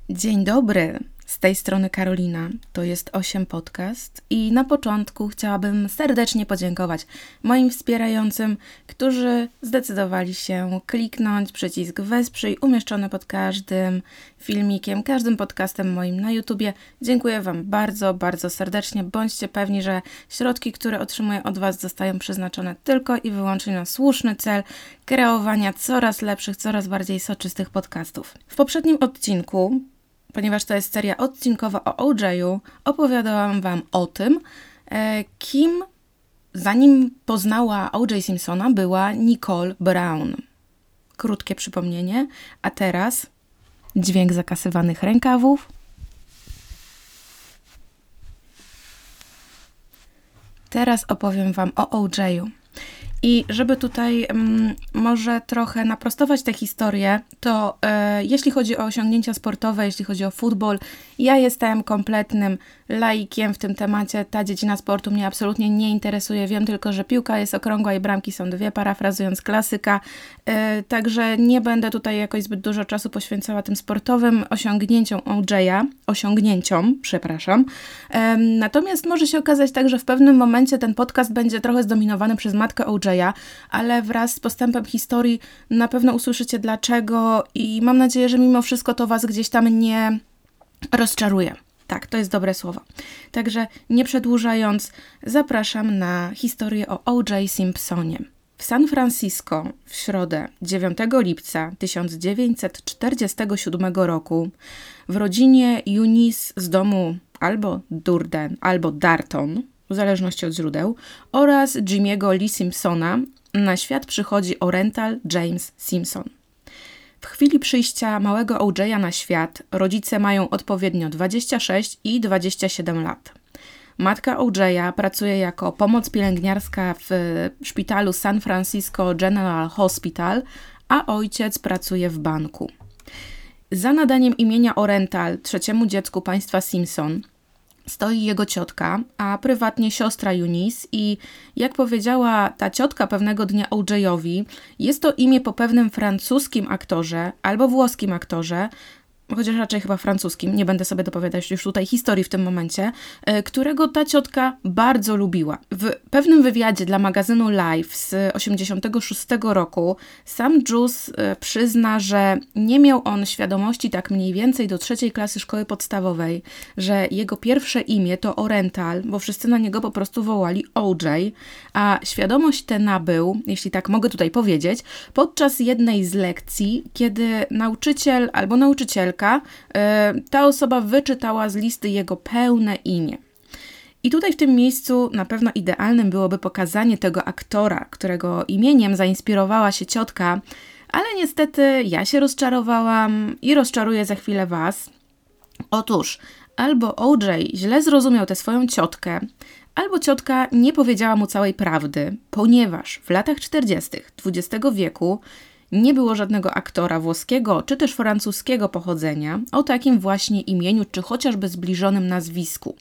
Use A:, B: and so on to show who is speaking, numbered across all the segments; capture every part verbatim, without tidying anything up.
A: Dzień dobry, z tej strony Karolina, to jest osiem Podcast i na początku chciałabym serdecznie podziękować moim wspierającym, którzy zdecydowali się kliknąć przycisk wesprzyj umieszczony pod każdym filmikiem, każdym podcastem moim na YouTubie. Dziękuję Wam bardzo, bardzo serdecznie. Bądźcie pewni, że środki, które otrzymuję od Was, zostają przeznaczone tylko i wyłącznie na słuszny cel kreowania coraz lepszych, coraz bardziej soczystych podcastów. W poprzednim odcinku, ponieważ to jest seria odcinkowa o O J-u, opowiadałam Wam o tym, e, kim zanim poznała O J Simpsona była Nicole Brown. Krótkie przypomnienie, a teraz dźwięk zakasywanych rękawów. Teraz opowiem Wam o O J-u. I żeby tutaj um, może trochę naprostować tę historię, to e, jeśli chodzi o osiągnięcia sportowe, jeśli chodzi o futbol, ja jestem kompletnym laikiem w tym temacie. Ta dziedzina sportu mnie absolutnie nie interesuje. Wiem tylko, że piłka jest okrągła i bramki są dwie, parafrazując klasyka. E, także nie będę tutaj jakoś zbyt dużo czasu poświęcała tym sportowym osiągnięciom O J-a. Osiągnięciom, przepraszam. E, natomiast może się okazać tak, że w pewnym momencie ten podcast będzie trochę zdominowany przez matkę O J-a, ale wraz z postępem historii na pewno usłyszycie dlaczego i mam nadzieję, że mimo wszystko to Was gdzieś tam nie rozczaruje. Tak, to jest dobre słowo. Także nie przedłużając, zapraszam na historię o O J Simpsonie. W San Francisco w środę dziewiątego lipca tysiąc dziewięćset czterdziestego siódmego roku w rodzinie Eunice z domu albo Durden, albo Darton, w zależności od źródeł, oraz Jimmy'ego Lee Simpsona na świat przychodzi Orenthal James Simpson. W chwili przyjścia małego O J-a na świat rodzice mają odpowiednio dwadzieścia sześć i dwadzieścia siedem lat. Matka O J-a pracuje jako pomoc pielęgniarska w szpitalu San Francisco General Hospital, a ojciec pracuje w banku. Za nadaniem imienia Orenthal trzeciemu dziecku państwa Simpson stoi jego ciotka, a prywatnie siostra Eunice i jak powiedziała ta ciotka pewnego dnia O J-owi, jest to imię po pewnym francuskim aktorze albo włoskim aktorze, chociaż raczej chyba francuskim, nie będę sobie dopowiadać już tutaj historii w tym momencie, którego ta ciotka bardzo lubiła. W pewnym wywiadzie dla magazynu Life z osiemdziesiątego szóstego roku sam Juice przyzna, że nie miał on świadomości tak mniej więcej do trzeciej klasy szkoły podstawowej, że jego pierwsze imię to Orenthal, bo wszyscy na niego po prostu wołali O J, a świadomość tę nabył, jeśli tak mogę tutaj powiedzieć, podczas jednej z lekcji, kiedy nauczyciel albo nauczycielka ta osoba wyczytała z listy jego pełne imię. I tutaj w tym miejscu na pewno idealnym byłoby pokazanie tego aktora, którego imieniem zainspirowała się ciotka, ale niestety ja się rozczarowałam i rozczaruję za chwilę Was. Otóż albo O J źle zrozumiał tę swoją ciotkę, albo ciotka nie powiedziała mu całej prawdy, ponieważ w latach czterdziestych dwudziestego wieku nie było żadnego aktora włoskiego czy też francuskiego pochodzenia o takim właśnie imieniu czy chociażby zbliżonym nazwisku.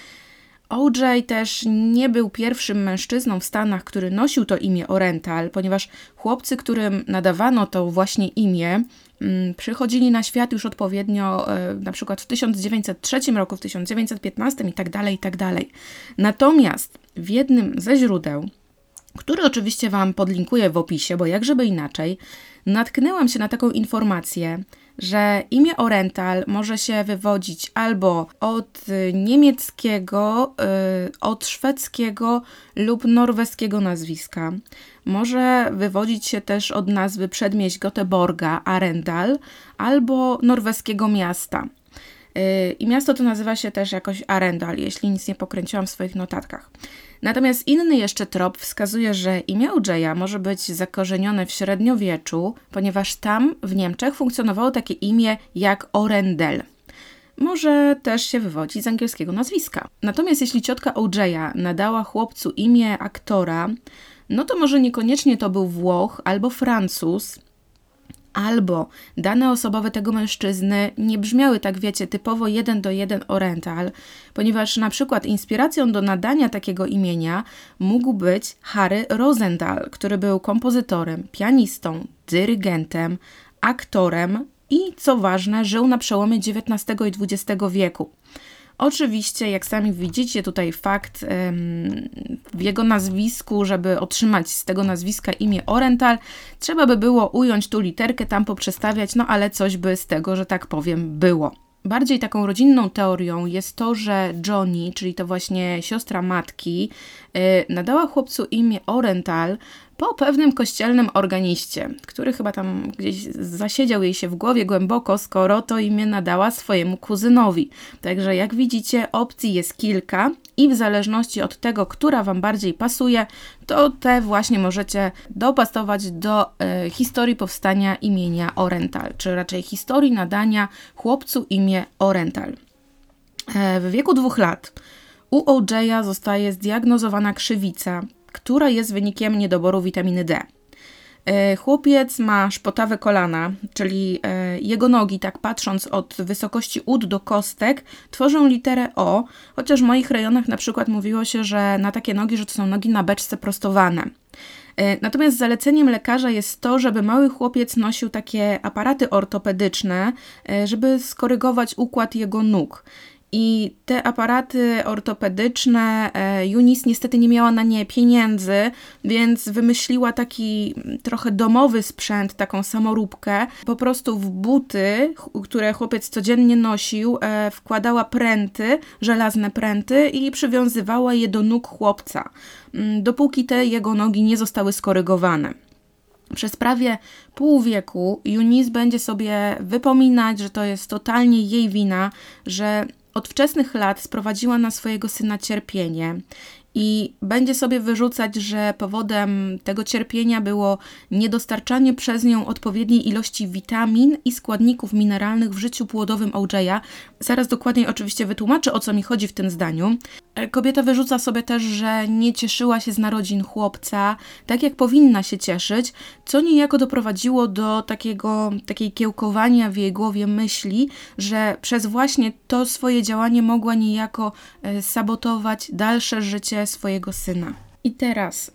A: O J też nie był pierwszym mężczyzną w Stanach, który nosił to imię Orenthal, ponieważ chłopcy, którym nadawano to właśnie imię, przychodzili na świat już odpowiednio na przykład w tysiąc dziewięćset trzecim roku, w tysiąc dziewięćset piętnastym i tak dalej, i tak dalej. Natomiast w jednym ze źródeł, który oczywiście Wam podlinkuję w opisie, bo jak żeby inaczej, natknęłam się na taką informację, że imię Orenthal może się wywodzić albo od niemieckiego, yy, od szwedzkiego lub norweskiego nazwiska. Może wywodzić się też od nazwy przedmieść Göteborga, Arendal, albo norweskiego miasta. I miasto to nazywa się też jakoś Arendal, jeśli nic nie pokręciłam w swoich notatkach. Natomiast inny jeszcze trop wskazuje, że imię O J-a może być zakorzenione w średniowieczu, ponieważ tam w Niemczech funkcjonowało takie imię jak Orendel. Może też się wywodzi z angielskiego nazwiska. Natomiast jeśli ciotka O J-a nadała chłopcu imię aktora, no to może niekoniecznie to był Włoch albo Francuz, albo dane osobowe tego mężczyzny nie brzmiały, tak wiecie, typowo jeden do jeden Orenthal, ponieważ na przykład inspiracją do nadania takiego imienia mógł być Harry Rosendahl, który był kompozytorem, pianistą, dyrygentem, aktorem i co ważne, żył na przełomie dziewiętnastego i dwudziestego wieku. Oczywiście, jak sami widzicie, tutaj fakt ym, w jego nazwisku, żeby otrzymać z tego nazwiska imię Orenthal, trzeba by było ująć tu literkę, tam poprzestawiać, no ale coś by z tego, że tak powiem, było. Bardziej taką rodzinną teorią jest to, że Johnny, czyli to właśnie siostra matki, yy, nadała chłopcu imię Orenthal po pewnym kościelnym organiście, który chyba tam gdzieś zasiedział jej się w głowie głęboko, skoro to imię nadała swojemu kuzynowi. Także jak widzicie, opcji jest kilka i w zależności od tego, która Wam bardziej pasuje, to te właśnie możecie dopasować do e, historii powstania imienia Orenthal, czy raczej historii nadania chłopcu imię Orenthal. E, w wieku dwóch lat u O J a zostaje zdiagnozowana krzywica, która jest wynikiem niedoboru witaminy D. Chłopiec ma szpotawe kolana, czyli jego nogi, tak patrząc od wysokości ud do kostek, tworzą literę O, chociaż w moich rejonach na przykład mówiło się, że na takie nogi, że to są nogi na beczce prostowane. Natomiast zaleceniem lekarza jest to, żeby mały chłopiec nosił takie aparaty ortopedyczne, żeby skorygować układ jego nóg. I te aparaty ortopedyczne, Eunice niestety nie miała na nie pieniędzy, więc wymyśliła taki trochę domowy sprzęt, taką samoróbkę. Po prostu w buty, które chłopiec codziennie nosił, wkładała pręty, żelazne pręty i przywiązywała je do nóg chłopca, dopóki te jego nogi nie zostały skorygowane. Przez prawie pół wieku Eunice będzie sobie wypominać, że to jest totalnie jej wina, że od wczesnych lat sprowadziła na swojego syna cierpienie i będzie sobie wyrzucać, że powodem tego cierpienia było niedostarczanie przez nią odpowiedniej ilości witamin i składników mineralnych w życiu płodowym O J a. Zaraz dokładniej oczywiście wytłumaczę, o co mi chodzi w tym zdaniu. Kobieta wyrzuca sobie też, że nie cieszyła się z narodzin chłopca, tak jak powinna się cieszyć, co niejako doprowadziło do takiego, takiej kiełkowania w jej głowie myśli, że przez właśnie to swoje działanie mogła niejako sabotować dalsze życie swojego syna. I teraz,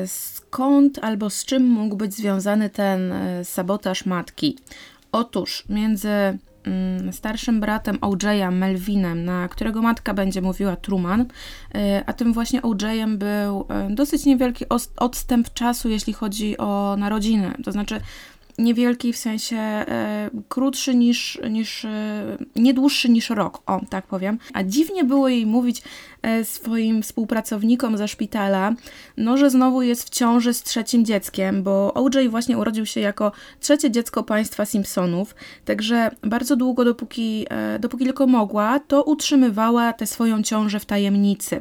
A: skąd albo z czym mógł być związany ten sabotaż matki? Otóż między starszym bratem O J a, Melvinem, na którego matka będzie mówiła Truman, a tym właśnie O J em był dosyć niewielki odstęp czasu, jeśli chodzi o narodziny. To znaczy niewielki w sensie e, krótszy niż, niż e, nie dłuższy niż rok, o tak powiem. A dziwnie było jej mówić e, swoim współpracownikom ze szpitala, no że znowu jest w ciąży z trzecim dzieckiem, bo O J właśnie urodził się jako trzecie dziecko państwa Simpsonów, także bardzo długo, dopóki, e, dopóki tylko mogła, to utrzymywała tę swoją ciążę w tajemnicy.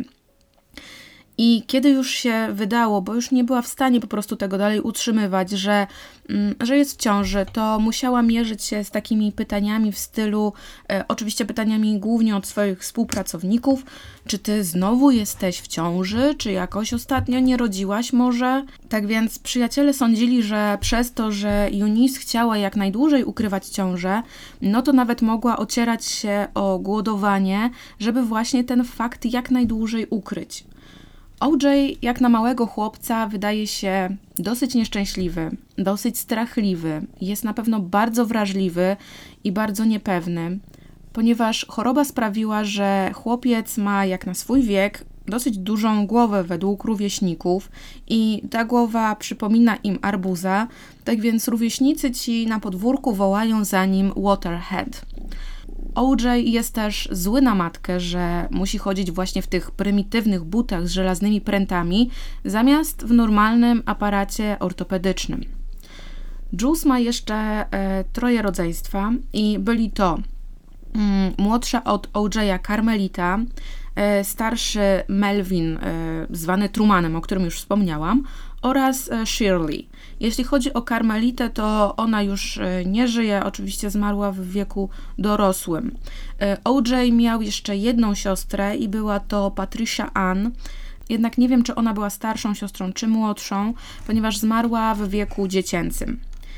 A: I kiedy już się wydało, bo już nie była w stanie po prostu tego dalej utrzymywać, że, że jest w ciąży, to musiała mierzyć się z takimi pytaniami w stylu, e, oczywiście pytaniami głównie od swoich współpracowników, czy ty znowu jesteś w ciąży, czy jakoś ostatnio nie rodziłaś może? Tak więc przyjaciele sądzili, że przez to, że Eunice chciała jak najdłużej ukrywać ciążę, no to nawet mogła ocierać się o głodowanie, żeby właśnie ten fakt jak najdłużej ukryć. O J jak na małego chłopca wydaje się dosyć nieszczęśliwy, dosyć strachliwy, jest na pewno bardzo wrażliwy i bardzo niepewny, ponieważ choroba sprawiła, że chłopiec ma jak na swój wiek dosyć dużą głowę według rówieśników i ta głowa przypomina im arbuza, tak więc rówieśnicy ci na podwórku wołają za nim Waterhead. O J jest też zły na matkę, że musi chodzić właśnie w tych prymitywnych butach z żelaznymi prętami, zamiast w normalnym aparacie ortopedycznym. Jules ma jeszcze e, troje rodzeństwa i byli to mm, młodsza od O J a Carmelita, e, starszy Melvin, e, zwany Trumanem, o którym już wspomniałam, oraz Shirley. Jeśli chodzi o Carmelitę, to ona już nie żyje, oczywiście zmarła w wieku dorosłym. O J miał jeszcze jedną siostrę i była to Patricia Ann, jednak nie wiem, czy ona była starszą siostrą, czy młodszą, ponieważ zmarła w wieku dziecięcym.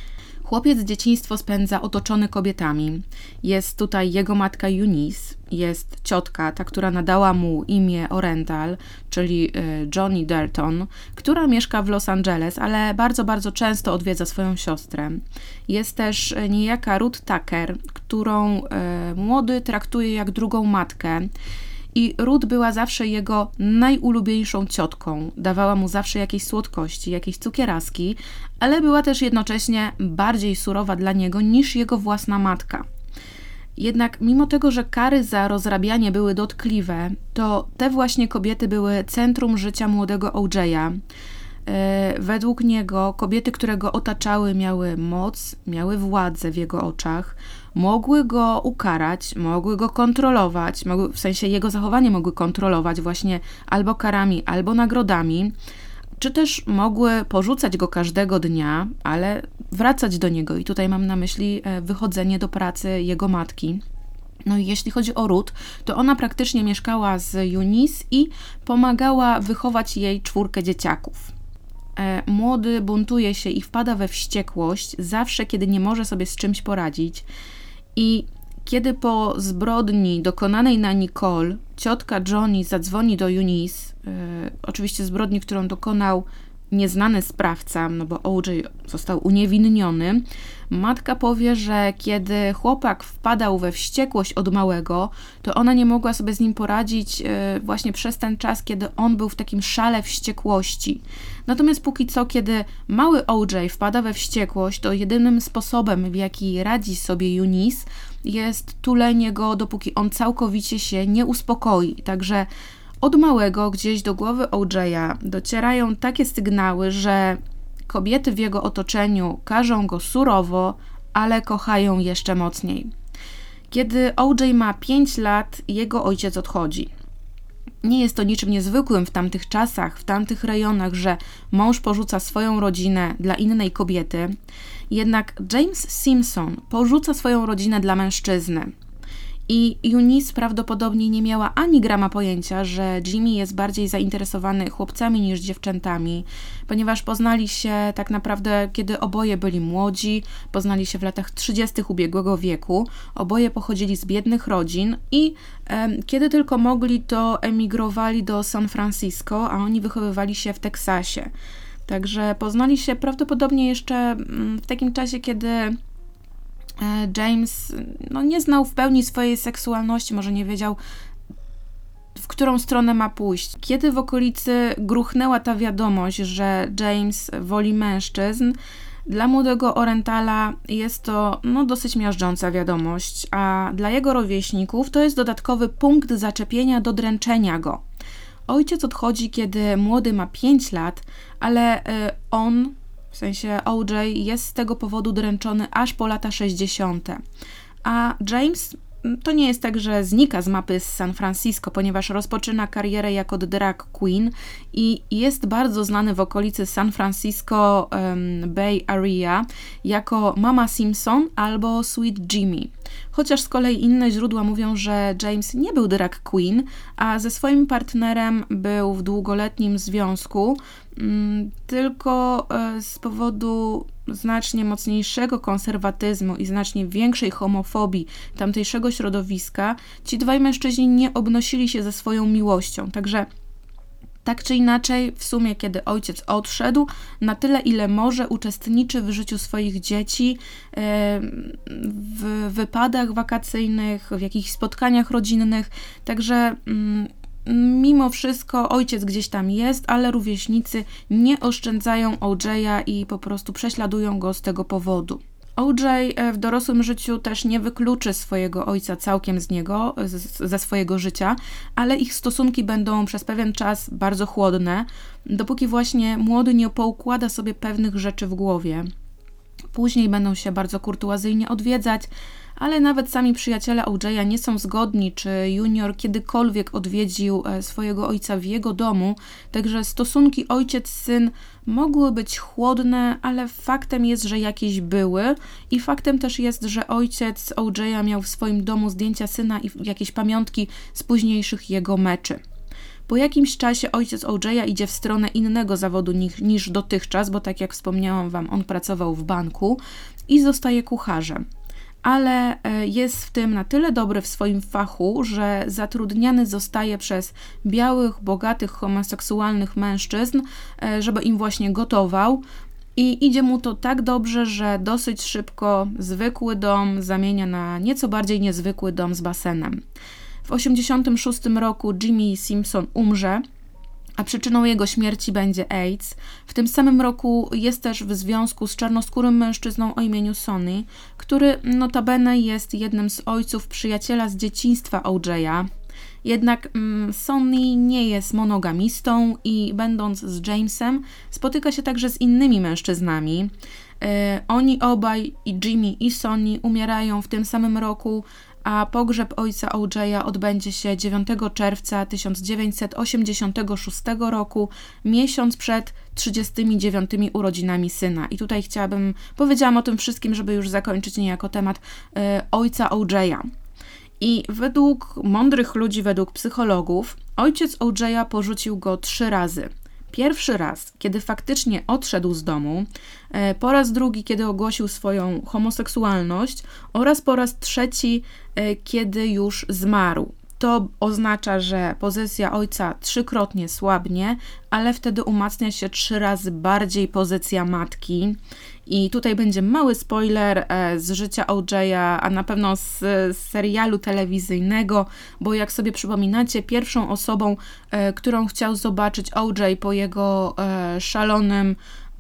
A: Chłopiec dzieciństwo spędza otoczony kobietami. Jest tutaj jego matka Eunice, jest ciotka, ta, która nadała mu imię Orenthal, czyli Johnny Dalton, która mieszka w Los Angeles, ale bardzo, bardzo często odwiedza swoją siostrę. Jest też niejaka Ruth Tucker, którą młody traktuje jak drugą matkę. I Ruth była zawsze jego najulubieńszą ciotką. Dawała mu zawsze jakieś słodkości, jakieś cukieraski, ale była też jednocześnie bardziej surowa dla niego niż jego własna matka. Jednak mimo tego, że kary za rozrabianie były dotkliwe, to te właśnie kobiety były centrum życia młodego O J'a. Według niego kobiety, które go otaczały, miały moc, miały władzę w jego oczach, mogły go ukarać, mogły go kontrolować, mogły, w sensie jego zachowanie mogły kontrolować właśnie albo karami, albo nagrodami, czy też mogły porzucać go każdego dnia, ale wracać do niego. I tutaj mam na myśli wychodzenie do pracy jego matki. No i jeśli chodzi o Ruth, to ona praktycznie mieszkała z Eunice i pomagała wychować jej czwórkę dzieciaków. Młody buntuje się i wpada we wściekłość zawsze, kiedy nie może sobie z czymś poradzić. I kiedy po zbrodni dokonanej na Nicole ciotka Johnny zadzwoni do Eunice, yy, oczywiście zbrodni, którą dokonał nieznany sprawca, no bo O J został uniewinniony, matka powie, że kiedy chłopak wpadał we wściekłość od małego, to ona nie mogła sobie z nim poradzić yy, właśnie przez ten czas, kiedy on był w takim szale wściekłości. Natomiast póki co, kiedy mały O J wpada we wściekłość, to jedynym sposobem, w jaki radzi sobie Eunice, jest tulenie go, dopóki on całkowicie się nie uspokoi. Także od małego gdzieś do głowy O J'a docierają takie sygnały, że kobiety w jego otoczeniu karzą go surowo, ale kochają jeszcze mocniej. Kiedy O J ma pięć lat, jego ojciec odchodzi. Nie jest to niczym niezwykłym w tamtych czasach, w tamtych rejonach, że mąż porzuca swoją rodzinę dla innej kobiety. Jednak James Simpson porzuca swoją rodzinę dla mężczyzny. I Eunice prawdopodobnie nie miała ani grama pojęcia, że Jimmy jest bardziej zainteresowany chłopcami niż dziewczętami, ponieważ poznali się tak naprawdę, kiedy oboje byli młodzi, poznali się w latach trzydziestych ubiegłego wieku, oboje pochodzili z biednych rodzin i e, kiedy tylko mogli, to emigrowali do San Francisco, a oni wychowywali się w Teksasie. Także poznali się prawdopodobnie jeszcze w takim czasie, kiedy James no, nie znał w pełni swojej seksualności, może nie wiedział, w którą stronę ma pójść. Kiedy w okolicy gruchnęła ta wiadomość, że James woli mężczyzn, dla młodego Orenthala jest to no, dosyć miażdżąca wiadomość, a dla jego rówieśników to jest dodatkowy punkt zaczepienia do dręczenia go. Ojciec odchodzi, kiedy młody ma pięć lat, ale y, on, w sensie O J, jest z tego powodu dręczony aż po lata sześćdziesiąte. A James to nie jest tak, że znika z mapy z San Francisco, ponieważ rozpoczyna karierę jako drag queen i jest bardzo znany w okolicy San Francisco um, Bay Area jako Mama Simpson albo Sweet Jimmy. Chociaż z kolei inne źródła mówią, że James nie był drag queen, a ze swoim partnerem był w długoletnim związku, um, tylko um, z powodu znacznie mocniejszego konserwatyzmu i znacznie większej homofobii tamtejszego środowiska, ci dwaj mężczyźni nie obnosili się ze swoją miłością. Także tak czy inaczej, w sumie kiedy ojciec odszedł, na tyle ile może uczestniczy w życiu swoich dzieci, w wypadach wakacyjnych, w jakichś spotkaniach rodzinnych. Także mimo wszystko ojciec gdzieś tam jest, ale rówieśnicy nie oszczędzają O J'a i po prostu prześladują go z tego powodu. O J w dorosłym życiu też nie wykluczy swojego ojca całkiem z niego, z, ze swojego życia, ale ich stosunki będą przez pewien czas bardzo chłodne, dopóki właśnie młody nie poukłada sobie pewnych rzeczy w głowie. Później będą się bardzo kurtuazyjnie odwiedzać, ale nawet sami przyjaciele O J'a nie są zgodni, czy Junior kiedykolwiek odwiedził swojego ojca w jego domu, także stosunki ojciec-syn mogły być chłodne, ale faktem jest, że jakieś były i faktem też jest, że ojciec O J'a miał w swoim domu zdjęcia syna i jakieś pamiątki z późniejszych jego meczy. Po jakimś czasie ojciec O J'a idzie w stronę innego zawodu niż, niż dotychczas, bo tak jak wspomniałam Wam, on pracował w banku i zostaje kucharzem. Ale jest w tym na tyle dobry w swoim fachu, że zatrudniany zostaje przez białych, bogatych, homoseksualnych mężczyzn, żeby im właśnie gotował. I idzie mu to tak dobrze, że dosyć szybko zwykły dom zamienia na nieco bardziej niezwykły dom z basenem. W osiemdziesiątym szóstym roku Jimmy Simpson umrze, a przyczyną jego śmierci będzie AIDS. W tym samym roku jest też w związku z czarnoskórym mężczyzną o imieniu Sonny, który notabene jest jednym z ojców przyjaciela z dzieciństwa O J'a. Jednak mm, Sonny nie jest monogamistą i będąc z Jamesem spotyka się także z innymi mężczyznami. E, oni obaj, i Jimmy i Sonny, umierają w tym samym roku, a pogrzeb ojca O J'a odbędzie się dziewiątego czerwca tysiąc dziewięćset osiemdziesiątego szóstego roku, miesiąc przed trzydziestymi dziewiątymi urodzinami syna. I tutaj chciałabym, powiedziałam o tym wszystkim, żeby już zakończyć niejako temat e, ojca O J'a. I według mądrych ludzi, według psychologów, ojciec O J'a porzucił go trzy razy. Pierwszy raz, kiedy faktycznie odszedł z domu, po raz drugi, kiedy ogłosił swoją homoseksualność oraz po raz trzeci, kiedy już zmarł. To oznacza, że pozycja ojca trzykrotnie słabnie, ale wtedy umacnia się trzy razy bardziej pozycja matki. I tutaj będzie mały spoiler z życia O J'a, a na pewno z, z serialu telewizyjnego, bo jak sobie przypominacie, pierwszą osobą, e, którą chciał zobaczyć O J po jego e, szalonym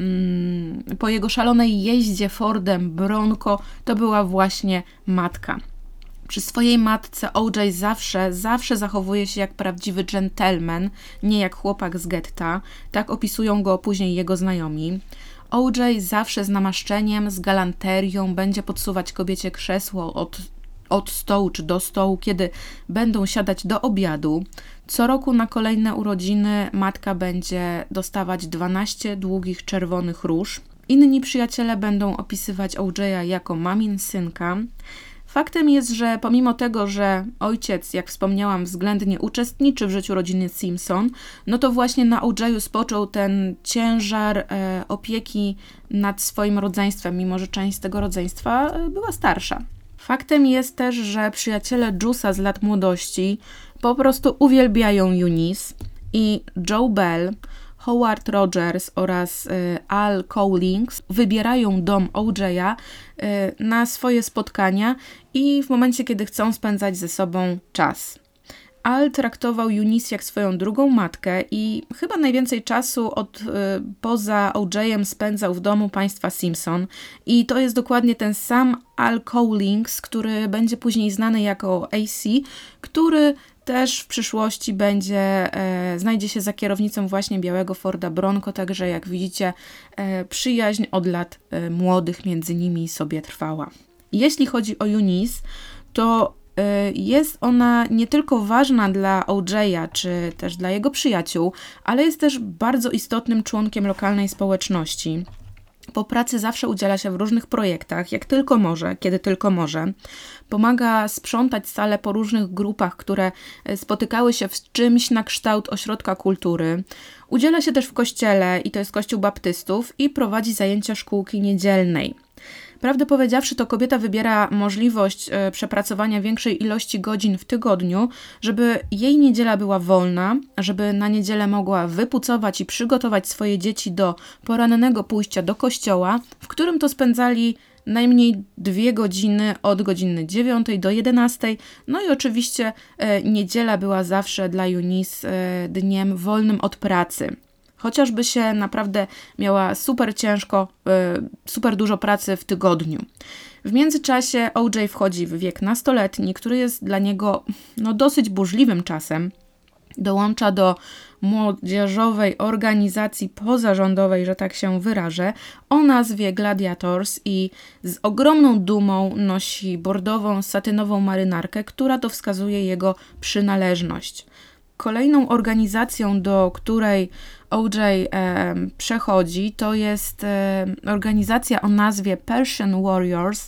A: mm, po jego szalonej jeździe Fordem Bronco, to była właśnie matka. Przy swojej matce O J zawsze, zawsze zachowuje się jak prawdziwy dżentelmen, nie jak chłopak z getta. Tak opisują go później jego znajomi. O J zawsze z namaszczeniem, z galanterią będzie podsuwać kobiecie krzesło od, od stołu czy do stołu, kiedy będą siadać do obiadu. Co roku na kolejne urodziny matka będzie dostawać dwanaście długich czerwonych róż. Inni przyjaciele będą opisywać O J'a jako mamin synka. Faktem jest, że pomimo tego, że ojciec, jak wspomniałam, względnie uczestniczy w życiu rodziny Simpson, no to właśnie na O J'a spoczął ten ciężar e, opieki nad swoim rodzeństwem, mimo że część z tego rodzeństwa e, była starsza. Faktem jest też, że przyjaciele Juice'a z lat młodości po prostu uwielbiają Eunice i Joe Bell, Howard Rogers oraz y, Al Cowlings wybierają dom O J'a y, na swoje spotkania i w momencie, kiedy chcą spędzać ze sobą czas. Al traktował Eunice jak swoją drugą matkę i chyba najwięcej czasu od, y, poza O Ja'em spędzał w domu państwa Simpson. I to jest dokładnie ten sam Al Cowlings, który będzie później znany jako A C, który też w przyszłości będzie, e, znajdzie się za kierownicą właśnie białego Forda Bronco, także jak widzicie, e, przyjaźń od lat e, młodych między nimi sobie trwała. Jeśli chodzi o Eunice, to e, jest ona nie tylko ważna dla O J'a, czy też dla jego przyjaciół, ale jest też bardzo istotnym członkiem lokalnej społeczności. Po pracy zawsze udziela się w różnych projektach, jak tylko może, kiedy tylko może. Pomaga sprzątać salę po różnych grupach, które spotykały się w czymś na kształt ośrodka kultury. Udziela się też w kościele, i to jest kościół baptystów, i prowadzi zajęcia szkółki niedzielnej. Prawdę powiedziawszy, to kobieta wybiera możliwość e, przepracowania większej ilości godzin w tygodniu, żeby jej niedziela była wolna, żeby na niedzielę mogła wypucować i przygotować swoje dzieci do porannego pójścia do kościoła, w którym to spędzali najmniej dwie godziny od godziny dziewiątej do jedenastej. No i oczywiście e, niedziela była zawsze dla Eunice e, dniem wolnym od pracy. Chociażby się naprawdę miała super ciężko, super dużo pracy w tygodniu. W międzyczasie O J wchodzi w wiek nastoletni, który jest dla niego no, dosyć burzliwym czasem. Dołącza do młodzieżowej organizacji pozarządowej, że tak się wyrażę, o nazwie Gladiators i z ogromną dumą nosi bordową, satynową marynarkę, która to wskazuje jego przynależność. Kolejną organizacją, do której O J e, przechodzi, to jest e, organizacja o nazwie Persian Warriors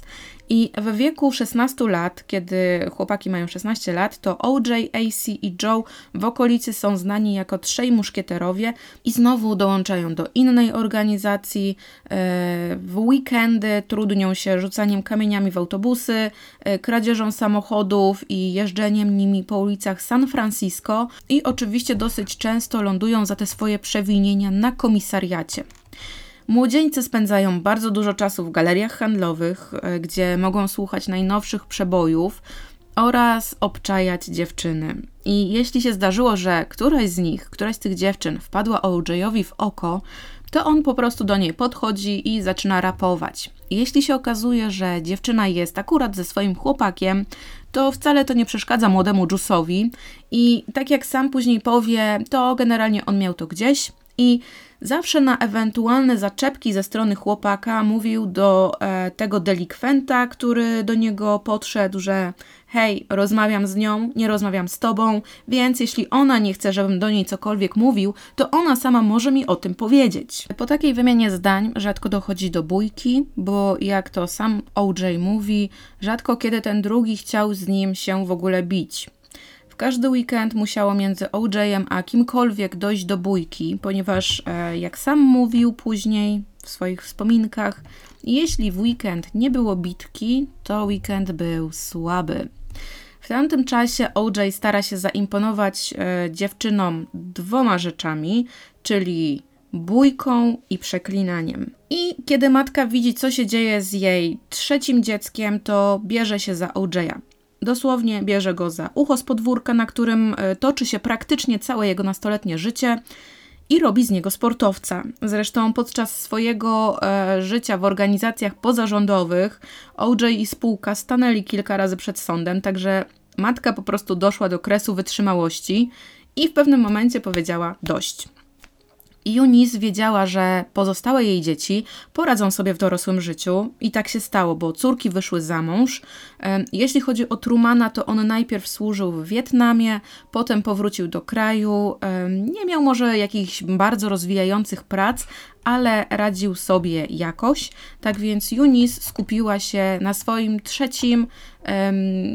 A: I w wieku szesnastu lat, kiedy chłopaki mają szesnaście lat, to O J, A C i Joe w okolicy są znani jako trzej muszkieterowie i znowu dołączają do innej organizacji. W weekendy trudnią się rzucaniem kamieniami w autobusy, kradzieżą samochodów i jeżdżeniem nimi po ulicach San Francisco i oczywiście dosyć często lądują za te swoje przewinienia na komisariacie. Młodzieńcy spędzają bardzo dużo czasu w galeriach handlowych, gdzie mogą słuchać najnowszych przebojów oraz obczajać dziewczyny. I jeśli się zdarzyło, że któraś z nich, któraś z tych dziewczyn wpadła O J-owi w oko, to on po prostu do niej podchodzi i zaczyna rapować. I jeśli się okazuje, że dziewczyna jest akurat ze swoim chłopakiem, to wcale to nie przeszkadza młodemu Juice'owi i tak jak sam później powie, to generalnie on miał to gdzieś i zawsze na ewentualne zaczepki ze strony chłopaka mówił do e, tego delikwenta, który do niego podszedł, że hej, rozmawiam z nią, nie rozmawiam z tobą, więc jeśli ona nie chce, żebym do niej cokolwiek mówił, to ona sama może mi o tym powiedzieć. Po takiej wymianie zdań rzadko dochodzi do bójki, bo jak to sam O J mówi, rzadko kiedy ten drugi chciał z nim się w ogóle bić. Każdy weekend musiało między O J-em a kimkolwiek dojść do bójki, ponieważ e, jak sam mówił później w swoich wspominkach, jeśli w weekend nie było bitki, to weekend był słaby. W tamtym czasie O J stara się zaimponować e, dziewczynom dwoma rzeczami, czyli bójką i przeklinaniem. I kiedy matka widzi, co się dzieje z jej trzecim dzieckiem, to bierze się za O J-a. Dosłownie bierze go za ucho z podwórka, na którym toczy się praktycznie całe jego nastoletnie życie i robi z niego sportowca. Zresztą podczas swojego e, życia w organizacjach pozarządowych O J i spółka stanęli kilka razy przed sądem, także matka po prostu doszła do kresu wytrzymałości i w pewnym momencie powiedziała dość. Eunice wiedziała, że pozostałe jej dzieci poradzą sobie w dorosłym życiu i tak się stało, bo córki wyszły za mąż. Jeśli chodzi o Trumana, to on najpierw służył w Wietnamie, potem powrócił do kraju. Nie miał może jakichś bardzo rozwijających prac, ale radził sobie jakoś. Tak więc Eunice skupiła się na swoim trzecim um,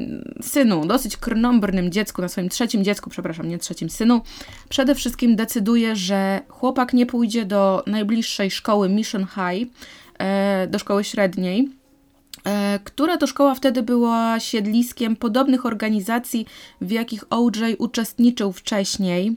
A: synu, dosyć krnąbrnym dziecku, na swoim trzecim dziecku, przepraszam, nie trzecim synu. Przede wszystkim decyduje, że chłopak nie pójdzie do najbliższej szkoły Mission High, e, do szkoły średniej, e, która to szkoła wtedy była siedliskiem podobnych organizacji, w jakich O J uczestniczył wcześniej.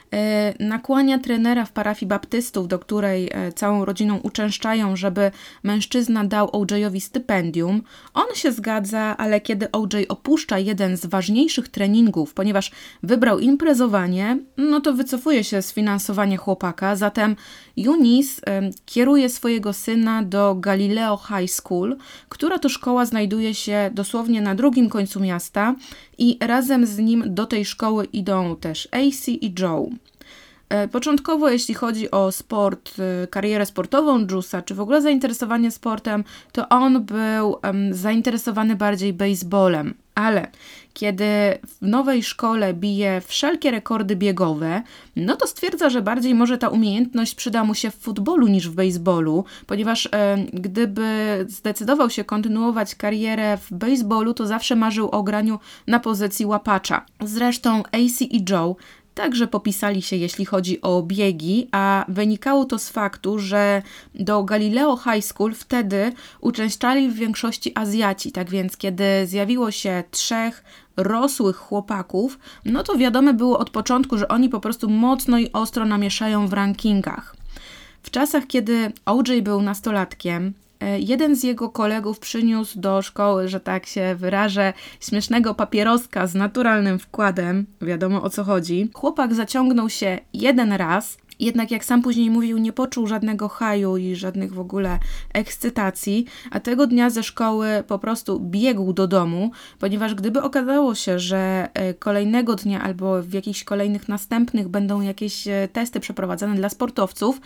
A: Nakłania trenera w parafii baptystów, do której całą rodziną uczęszczają, żeby mężczyzna dał O J-owi stypendium. On się zgadza, ale kiedy O J opuszcza jeden z ważniejszych treningów, ponieważ wybrał imprezowanie, no to wycofuje się z finansowania chłopaka, zatem Eunice kieruje swojego syna do Galileo High School, która to szkoła znajduje się dosłownie na drugim końcu miasta i razem z nim do tej szkoły idą też A C i Joe. Początkowo, jeśli chodzi o sport, karierę sportową Juice'a, czy w ogóle zainteresowanie sportem, to on był um, zainteresowany bardziej baseballem. Ale kiedy w nowej szkole bije wszelkie rekordy biegowe, no to stwierdza, że bardziej może ta umiejętność przyda mu się w futbolu niż w baseballu, ponieważ e, gdyby zdecydował się kontynuować karierę w baseballu, to zawsze marzył o graniu na pozycji łapacza. Zresztą A C i Joe także popisali się, jeśli chodzi o biegi, a wynikało to z faktu, że do Galileo High School wtedy uczęszczali w większości Azjaci, tak więc kiedy zjawiło się trzech rosłych chłopaków, no to wiadome było od początku, że oni po prostu mocno i ostro namieszają w rankingach. W czasach, kiedy O J był nastolatkiem, jeden z jego kolegów przyniósł do szkoły, że tak się wyrażę, śmiesznego papieroska z naturalnym wkładem. Wiadomo, o co chodzi. Chłopak zaciągnął się jeden raz, jednak jak sam później mówił, nie poczuł żadnego haju i żadnych w ogóle ekscytacji, a tego dnia ze szkoły po prostu biegł do domu, ponieważ gdyby okazało się, że kolejnego dnia albo w jakichś kolejnych następnych będą jakieś testy przeprowadzane dla sportowców,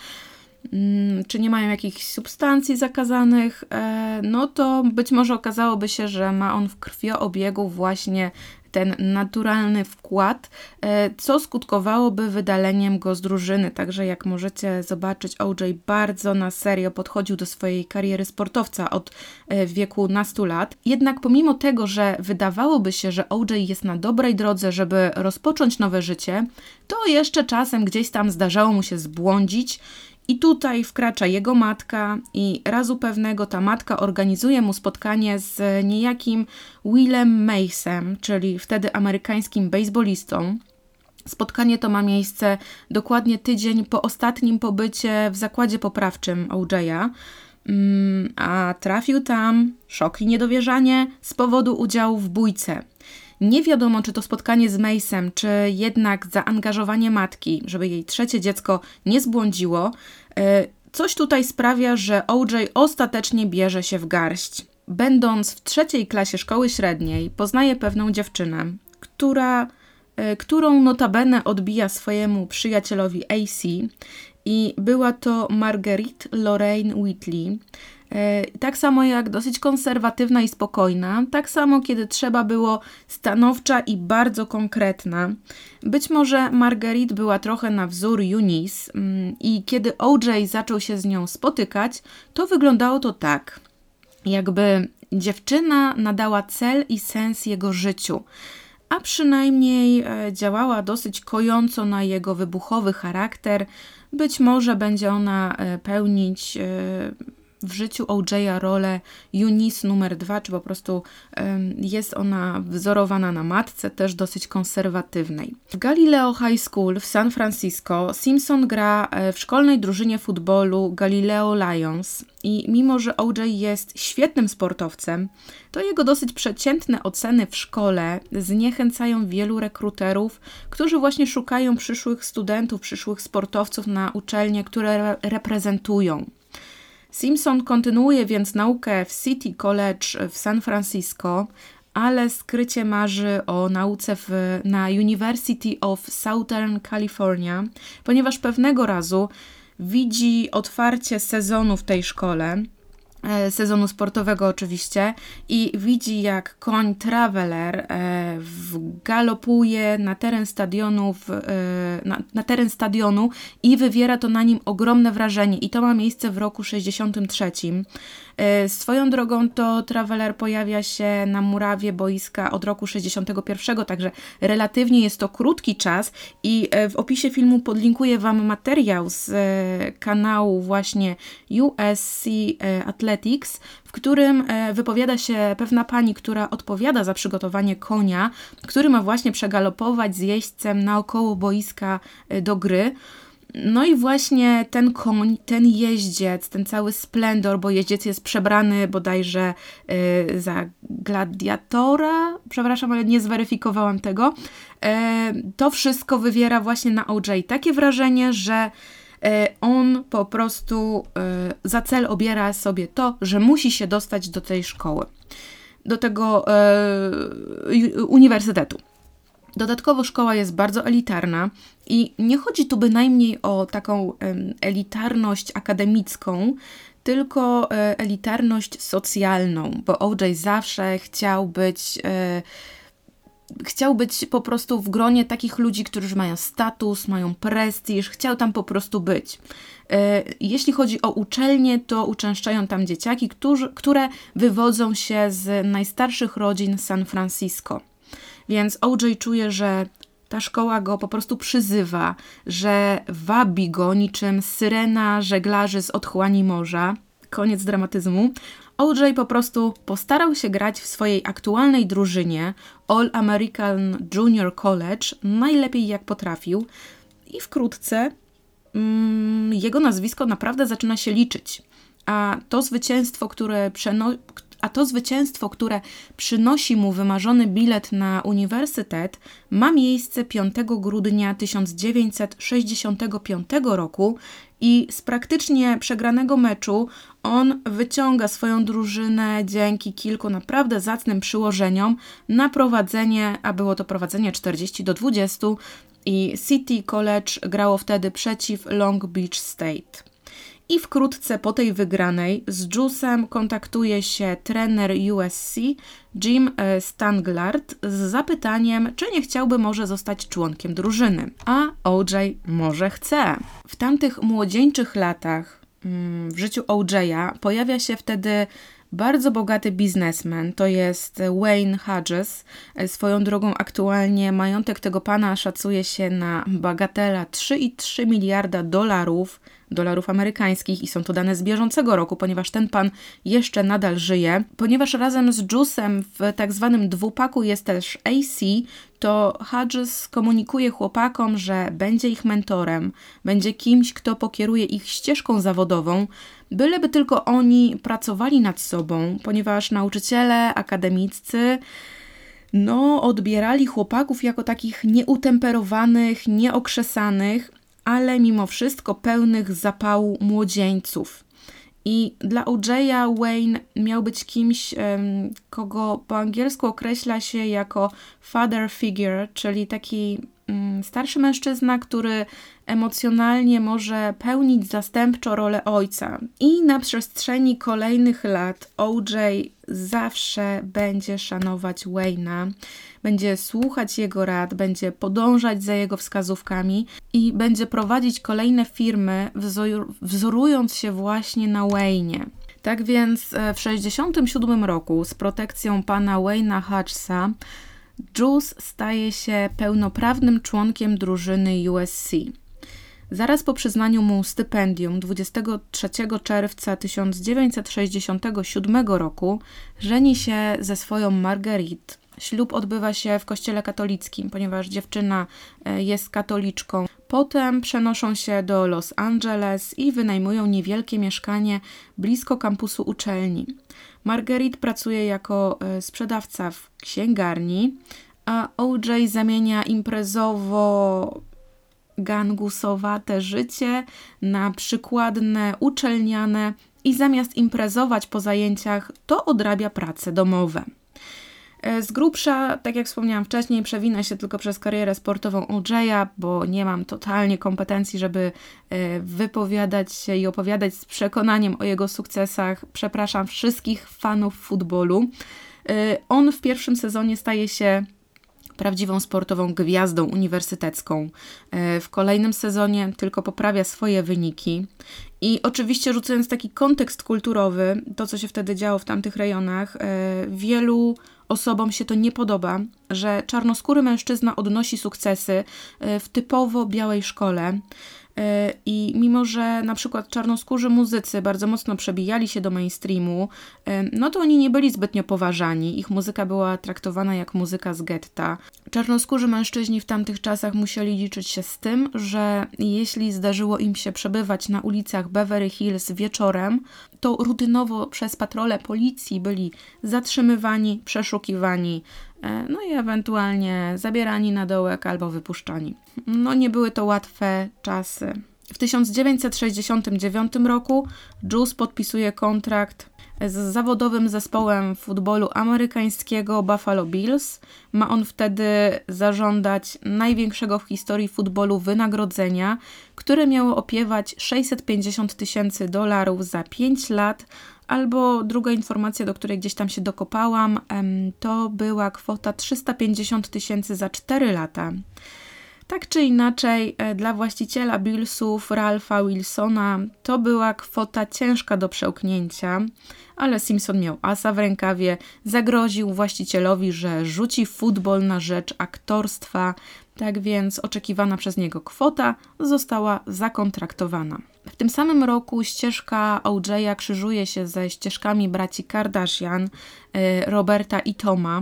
A: czy nie mają jakichś substancji zakazanych, no to być może okazałoby się, że ma on w krwiobiegu właśnie ten naturalny wkład, co skutkowałoby wydaleniem go z drużyny. Także jak możecie zobaczyć, O J bardzo na serio podchodził do swojej kariery sportowca od wieku nastu lat. Jednak pomimo tego, że wydawałoby się, że O J jest na dobrej drodze, żeby rozpocząć nowe życie, to jeszcze czasem gdzieś tam zdarzało mu się zbłądzić. I tutaj wkracza jego matka i razu pewnego ta matka organizuje mu spotkanie z niejakim Willem Macem, czyli wtedy amerykańskim bejsbolistą. Spotkanie to ma miejsce dokładnie tydzień po ostatnim pobycie w zakładzie poprawczym O J'a, a trafił tam, szok i niedowierzanie, z powodu udziału w bójce. Nie wiadomo, czy to spotkanie z Mace'em, czy jednak zaangażowanie matki, żeby jej trzecie dziecko nie zbłądziło. Coś tutaj sprawia, że O J ostatecznie bierze się w garść. Będąc w trzeciej klasie szkoły średniej, poznaje pewną dziewczynę, która, którą notabene odbija swojemu przyjacielowi A C, i była to Marguerite Lorraine Whitley. Tak samo jak dosyć konserwatywna i spokojna, tak samo kiedy trzeba było stanowcza i bardzo konkretna. Być może Marguerite była trochę na wzór Eunice i kiedy O J zaczął się z nią spotykać, to wyglądało to tak, jakby dziewczyna nadała cel i sens jego życiu, a przynajmniej działała dosyć kojąco na jego wybuchowy charakter. Być może będzie ona pełnić w życiu O J'a rolę Eunice numer dwa, czy po prostu um, jest ona wzorowana na matce, też dosyć konserwatywnej. W Galileo High School w San Francisco Simpson gra w szkolnej drużynie futbolu Galileo Lions i mimo, że O J jest świetnym sportowcem, to jego dosyć przeciętne oceny w szkole zniechęcają wielu rekruterów, którzy właśnie szukają przyszłych studentów, przyszłych sportowców na uczelnie, które reprezentują. Simpson kontynuuje więc naukę w City College w San Francisco, ale skrycie marzy o nauce w, na University of Southern California, ponieważ pewnego razu widzi otwarcie sezonu w tej szkole, sezonu sportowego oczywiście, i widzi jak koń Traveler e, galopuje na teren stadionu, w, e, na, na teren stadionu i wywiera to na nim ogromne wrażenie i to ma miejsce w roku sześćdziesiątym trzecim. E, swoją drogą to Traveler pojawia się na murawie boiska od roku sześćdziesiątego pierwszego, także relatywnie jest to krótki czas i e, w opisie filmu podlinkuję Wam materiał z e, kanału właśnie U S C e, Athletics, w którym wypowiada się pewna pani, która odpowiada za przygotowanie konia, który ma właśnie przegalopować z jeźdźcem naokoło boiska do gry. No i właśnie ten koń, ten jeździec, ten cały splendor, bo jeździec jest przebrany bodajże y, za gladiatora, przepraszam, ale nie zweryfikowałam tego, y, to wszystko wywiera właśnie na O J takie wrażenie, że on po prostu za cel obiera sobie to, że musi się dostać do tej szkoły, do tego e, uniwersytetu. Dodatkowo szkoła jest bardzo elitarna i nie chodzi tu bynajmniej o taką elitarność akademicką, tylko elitarność socjalną, bo O J zawsze chciał być... E, Chciał być po prostu w gronie takich ludzi, którzy mają status, mają prestiż, chciał tam po prostu być. Jeśli chodzi o uczelnie, to uczęszczają tam dzieciaki, którzy, które wywodzą się z najstarszych rodzin San Francisco. Więc O J czuje, że ta szkoła go po prostu przyzywa, że wabi go niczym syrena żeglarzy z otchłani morza. Koniec dramatyzmu. O J po prostu postarał się grać w swojej aktualnej drużynie All American Junior College najlepiej jak potrafił i wkrótce mm, jego nazwisko naprawdę zaczyna się liczyć. A to zwycięstwo, które przeno- a to zwycięstwo, które przynosi mu wymarzony bilet na uniwersytet, ma miejsce piątego grudnia tysiąc dziewięćset sześćdziesiątego piątego roku i z praktycznie przegranego meczu on wyciąga swoją drużynę dzięki kilku naprawdę zacnym przyłożeniom na prowadzenie, a było to prowadzenie czterdzieści do dwudziestu i City College grało wtedy przeciw Long Beach State. i wkrótce po tej wygranej z Juice'em kontaktuje się trener U S C Jim Stanglard z zapytaniem, czy nie chciałby może zostać członkiem drużyny. A O J może chce. W tamtych młodzieńczych latach w życiu O J'a pojawia się wtedy bardzo bogaty biznesmen, to jest Wayne Hodges. Swoją drogą aktualnie majątek tego pana szacuje się na bagatela trzy i trzy miliarda dolarów, dolarów amerykańskich i są to dane z bieżącego roku, ponieważ ten pan jeszcze nadal żyje. Ponieważ razem z Juice'em w tak zwanym dwupaku jest też A C, to Hodges komunikuje chłopakom, że będzie ich mentorem, będzie kimś, kto pokieruje ich ścieżką zawodową, byleby tylko oni pracowali nad sobą, ponieważ nauczyciele akademiccy no, odbierali chłopaków jako takich nieutemperowanych, nieokrzesanych, ale mimo wszystko pełnych zapału młodzieńców. I dla O J'a Wayne miał być kimś, kogo po angielsku określa się jako father figure, czyli taki starszy mężczyzna, który emocjonalnie może pełnić zastępczo rolę ojca. I na przestrzeni kolejnych lat O J zawsze będzie szanować Wayne'a, będzie słuchać jego rad, będzie podążać za jego wskazówkami i będzie prowadzić kolejne firmy, wzor- wzorując się właśnie na Wayne'ie. Tak więc w sześćdziesiątym siódmym roku z protekcją pana Wayne'a Hodgesa Juice staje się pełnoprawnym członkiem drużyny U S C. Zaraz po przyznaniu mu stypendium dwudziestego trzeciego czerwca tysiąc dziewięćset sześćdziesiątego siódmego roku żeni się ze swoją Marguerite. Ślub odbywa się w kościele katolickim, ponieważ dziewczyna jest katoliczką. Potem przenoszą się do Los Angeles i wynajmują niewielkie mieszkanie blisko kampusu uczelni. Marguerite pracuje jako sprzedawca w księgarni, a O J zamienia imprezowo gangusowate życie na przykładne, uczelniane i zamiast imprezować po zajęciach, to odrabia prace domowe. Z grubsza, tak jak wspomniałam wcześniej, przewinę się tylko przez karierę sportową O J'a, bo nie mam totalnie kompetencji, żeby wypowiadać się i opowiadać z przekonaniem o jego sukcesach. Przepraszam wszystkich fanów futbolu. On w pierwszym sezonie staje się prawdziwą sportową gwiazdą uniwersytecką. W kolejnym sezonie tylko poprawia swoje wyniki. I oczywiście rzucając taki kontekst kulturowy, to co się wtedy działo w tamtych rejonach, wielu osobom się to nie podoba, że czarnoskóry mężczyzna odnosi sukcesy w typowo białej szkole. I mimo, że na przykład czarnoskórzy muzycy bardzo mocno przebijali się do mainstreamu, no to oni nie byli zbytnio poważani. Ich muzyka była traktowana jak muzyka z getta. Czarnoskórzy mężczyźni w tamtych czasach musieli liczyć się z tym, że jeśli zdarzyło im się przebywać na ulicach Beverly Hills wieczorem, to rutynowo przez patrole policji byli zatrzymywani, przeszukiwani, no i ewentualnie zabierani na dołek albo wypuszczani. No nie były to łatwe czasy. W tysiąc dziewięćset sześćdziesiątym dziewiątym roku Juice podpisuje kontrakt z zawodowym zespołem futbolu amerykańskiego Buffalo Bills. Ma on wtedy zażądać największego w historii futbolu wynagrodzenia, które miało opiewać sześćset pięćdziesiąt tysięcy dolarów za pięć lat, albo druga informacja, do której gdzieś tam się dokopałam, to była kwota trzysta pięćdziesiąt tysięcy za cztery lata. Tak czy inaczej, dla właściciela Billsów, Ralpha Wilsona, to była kwota ciężka do przełknięcia, ale Simpson miał asa w rękawie, zagroził właścicielowi, że rzuci futbol na rzecz aktorstwa, tak więc oczekiwana przez niego kwota została zakontraktowana. W tym samym roku ścieżka O J'a krzyżuje się ze ścieżkami braci Kardashian, Roberta i Toma.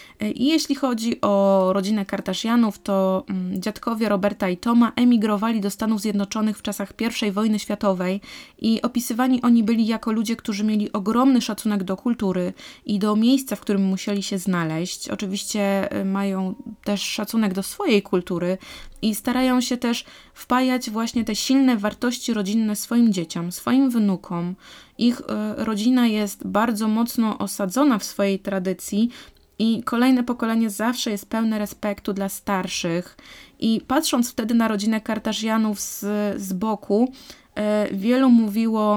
A: I jeśli chodzi o rodzinę Kardashianów, to dziadkowie Roberta i Toma emigrowali do Stanów Zjednoczonych w czasach pierwszej wojny światowej i opisywani oni byli jako ludzie, którzy mieli ogromny szacunek do kultury i do miejsca, w którym musieli się znaleźć. Oczywiście mają też szacunek do swojej kultury i starają się też wpajać właśnie te silne wartości rodzinne swoim dzieciom, swoim wnukom. Ich rodzina jest bardzo mocno osadzona w swojej tradycji i kolejne pokolenie zawsze jest pełne respektu dla starszych. I patrząc wtedy na rodzinę Kardashianów z, z boku, Wielu mówiło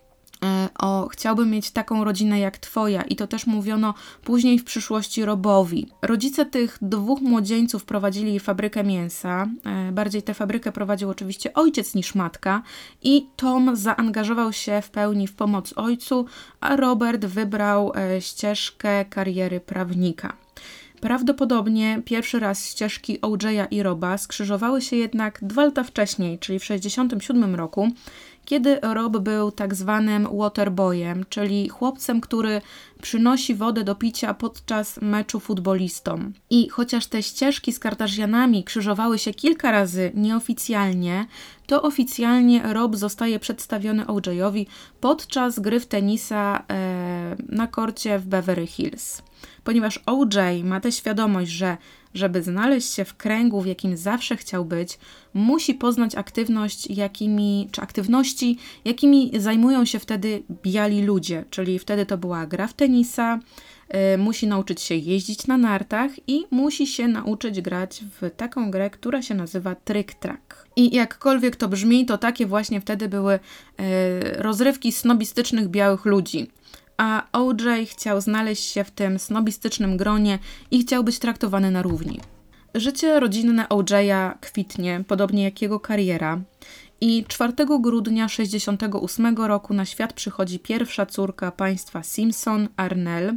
A: o chciałbym mieć taką rodzinę jak twoja i to też mówiono później w przyszłości Robowi. Rodzice tych dwóch młodzieńców prowadzili fabrykę mięsa, bardziej tę fabrykę prowadził oczywiście ojciec niż matka i Tom zaangażował się w pełni w pomoc ojcu, a Robert wybrał ścieżkę kariery prawnika. Prawdopodobnie pierwszy raz ścieżki O J'a i Roba skrzyżowały się jednak dwa lata wcześniej, czyli w sześćdziesiątym siódmym roku, kiedy Rob był tak zwanym waterboyem, czyli chłopcem, który przynosi wodę do picia podczas meczu futbolistom. I chociaż te ścieżki z Kardashianami krzyżowały się kilka razy nieoficjalnie, to oficjalnie Rob zostaje przedstawiony O J'owi podczas gry w tenisa e, na korcie w Beverly Hills. Ponieważ O J ma tę świadomość, że żeby znaleźć się w kręgu, w jakim zawsze chciał być, musi poznać aktywność, jakimi, czy aktywności, jakimi zajmują się wtedy biali ludzie, czyli wtedy to była gra w tenisa, y, musi nauczyć się jeździć na nartach i musi się nauczyć grać w taką grę, która się nazywa Trick Track. I jakkolwiek to brzmi, to takie właśnie wtedy były y, rozrywki snobistycznych białych ludzi. A O J chciał znaleźć się w tym snobistycznym gronie i chciał być traktowany na równi. Życie rodzinne O J'a kwitnie, podobnie jak jego kariera. I czwartego grudnia sześćdziesiątego ósmego roku na świat przychodzi pierwsza córka państwa Simpson, Arnell.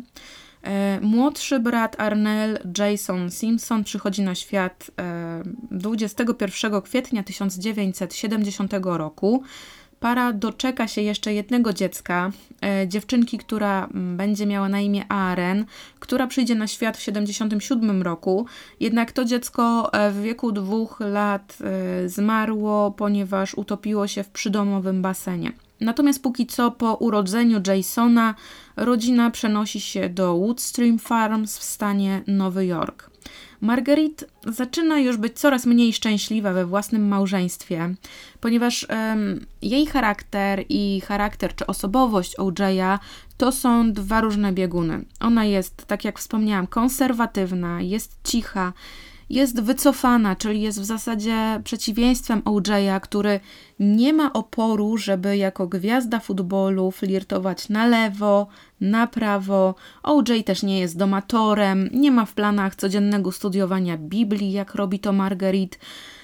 A: E, młodszy brat Arnell, Jason Simpson, przychodzi na świat e, dwudziestego pierwszego kwietnia tysiąc dziewięćset siedemdziesiątego roku. Para doczeka się jeszcze jednego dziecka, e, dziewczynki, która m, będzie miała na imię Aren, która przyjdzie na świat w siedemdziesiątym siódmym roku. Jednak to dziecko e, w wieku dwóch lat e, zmarło, ponieważ utopiło się w przydomowym basenie. Natomiast póki co po urodzeniu Jasona rodzina przenosi się do Woodstream Farms w stanie Nowy Jork. Marguerite zaczyna już być coraz mniej szczęśliwa we własnym małżeństwie, ponieważ um, jej charakter i charakter czy osobowość O J'a to są dwa różne bieguny. Ona jest, tak jak wspomniałam, konserwatywna, jest cicha, jest wycofana, czyli jest w zasadzie przeciwieństwem O J'a, który nie ma oporu, żeby jako gwiazda futbolu flirtować na lewo, na prawo. O J też nie jest domatorem, nie ma w planach codziennego studiowania Biblii, jak robi to Marguerite.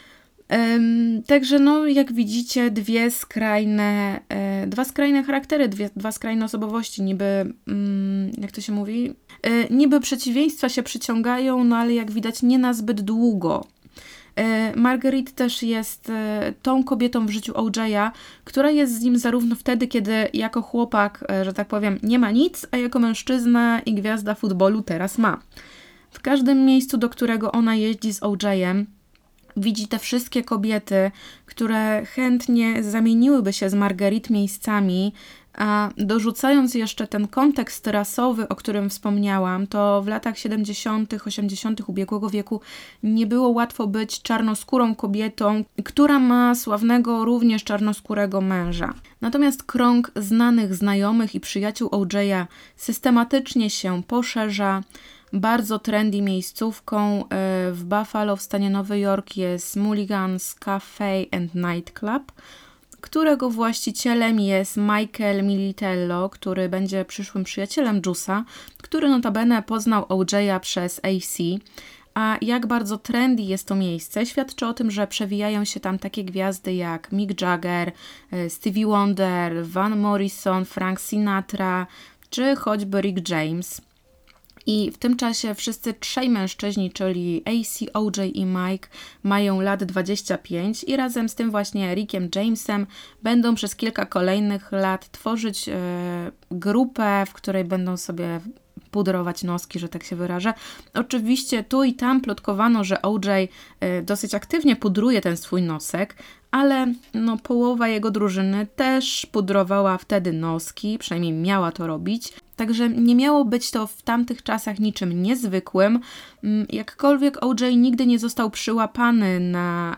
A: Um, także no, jak widzicie, dwie skrajne, e, dwa skrajne charaktery, dwie, dwa skrajne osobowości, niby, mm, jak to się mówi, e, niby przeciwieństwa się przyciągają, no ale jak widać nie na zbyt długo. E, Marguerite też jest e, tą kobietą w życiu O J'a, która jest z nim zarówno wtedy, kiedy jako chłopak, e, że tak powiem, nie ma nic, a jako mężczyzna i gwiazda futbolu teraz ma. W każdym miejscu, do którego ona jeździ z O J'em, widzi te wszystkie kobiety, które chętnie zamieniłyby się z Marguerite miejscami, a dorzucając jeszcze ten kontekst rasowy, o którym wspomniałam, to w latach siedemdziesiątych, osiemdziesiątych ubiegłego wieku nie było łatwo być czarnoskórą kobietą, która ma sławnego również czarnoskórego męża. Natomiast krąg znanych, znajomych i przyjaciół O J'a systematycznie się poszerza. Bardzo trendy miejscówką w Buffalo w stanie Nowy Jork jest Mulligan's Cafe and Nightclub, którego właścicielem jest Michael Militello, który będzie przyszłym przyjacielem Juice'a, który notabene poznał O J'a przez A C. A jak bardzo trendy jest to miejsce, świadczy o tym, że przewijają się tam takie gwiazdy jak Mick Jagger, Stevie Wonder, Van Morrison, Frank Sinatra czy choćby Rick James. I w tym czasie wszyscy trzej mężczyźni, czyli A C, O J i Mike, mają lat dwadzieścia pięć i razem z tym właśnie Rickiem Jamesem będą przez kilka kolejnych lat tworzyć e, grupę, w której będą sobie pudrować noski, że tak się wyrażę. Oczywiście tu i tam plotkowano, że O J e, dosyć aktywnie pudruje ten swój nosek, ale no, połowa jego drużyny też pudrowała wtedy noski, przynajmniej miała to robić. Także nie miało być to w tamtych czasach niczym niezwykłym. Jakkolwiek O J nigdy nie został przyłapany na,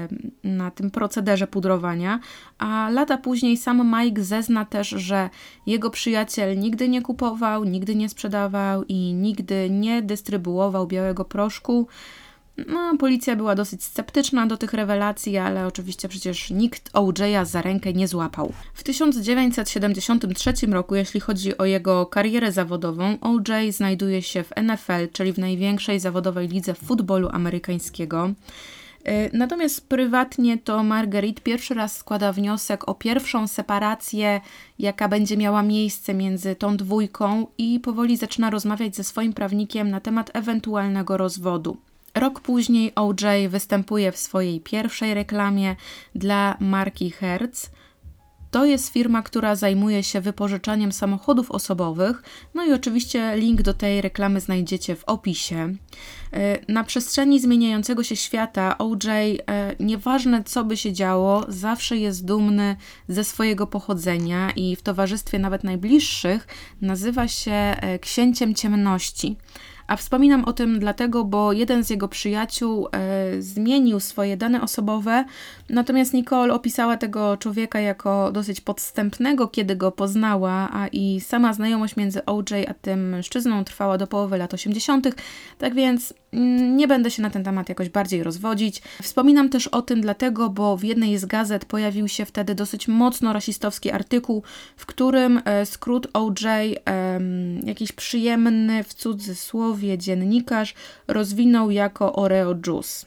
A: na tym procederze pudrowania, a lata później sam Mike zezna też, że jego przyjaciel nigdy nie kupował, nigdy nie sprzedawał i nigdy nie dystrybuował białego proszku. No, policja była dosyć sceptyczna do tych rewelacji, ale oczywiście przecież nikt O J'a za rękę nie złapał. W tysiąc dziewięćset siedemdziesiątym trzecim roku, jeśli chodzi o jego karierę zawodową, O J znajduje się w N F L, czyli w największej zawodowej lidze futbolu amerykańskiego. Natomiast prywatnie to Marguerite pierwszy raz składa wniosek o pierwszą separację, jaka będzie miała miejsce między tą dwójką, i powoli zaczyna rozmawiać ze swoim prawnikiem na temat ewentualnego rozwodu. Rok później O J występuje w swojej pierwszej reklamie dla marki Hertz. To jest firma, która zajmuje się wypożyczaniem samochodów osobowych. No i oczywiście link do tej reklamy znajdziecie w opisie. Na przestrzeni zmieniającego się świata O J, nieważne co by się działo, zawsze jest dumny ze swojego pochodzenia i w towarzystwie nawet najbliższych nazywa się księciem ciemności. A wspominam o tym dlatego, bo jeden z jego przyjaciół e, zmienił swoje dane osobowe, natomiast Nicole opisała tego człowieka jako dosyć podstępnego, kiedy go poznała, a i sama znajomość między O J a tym mężczyzną trwała do połowy lat osiemdziesiątych, tak więc mm, nie będę się na ten temat jakoś bardziej rozwodzić. Wspominam też o tym dlatego, bo w jednej z gazet pojawił się wtedy dosyć mocno rasistowski artykuł, w którym e, skrót O J, e, jakiś przyjemny w cudzysłowie dziennikarz, rozwinął jako Oreo Juice.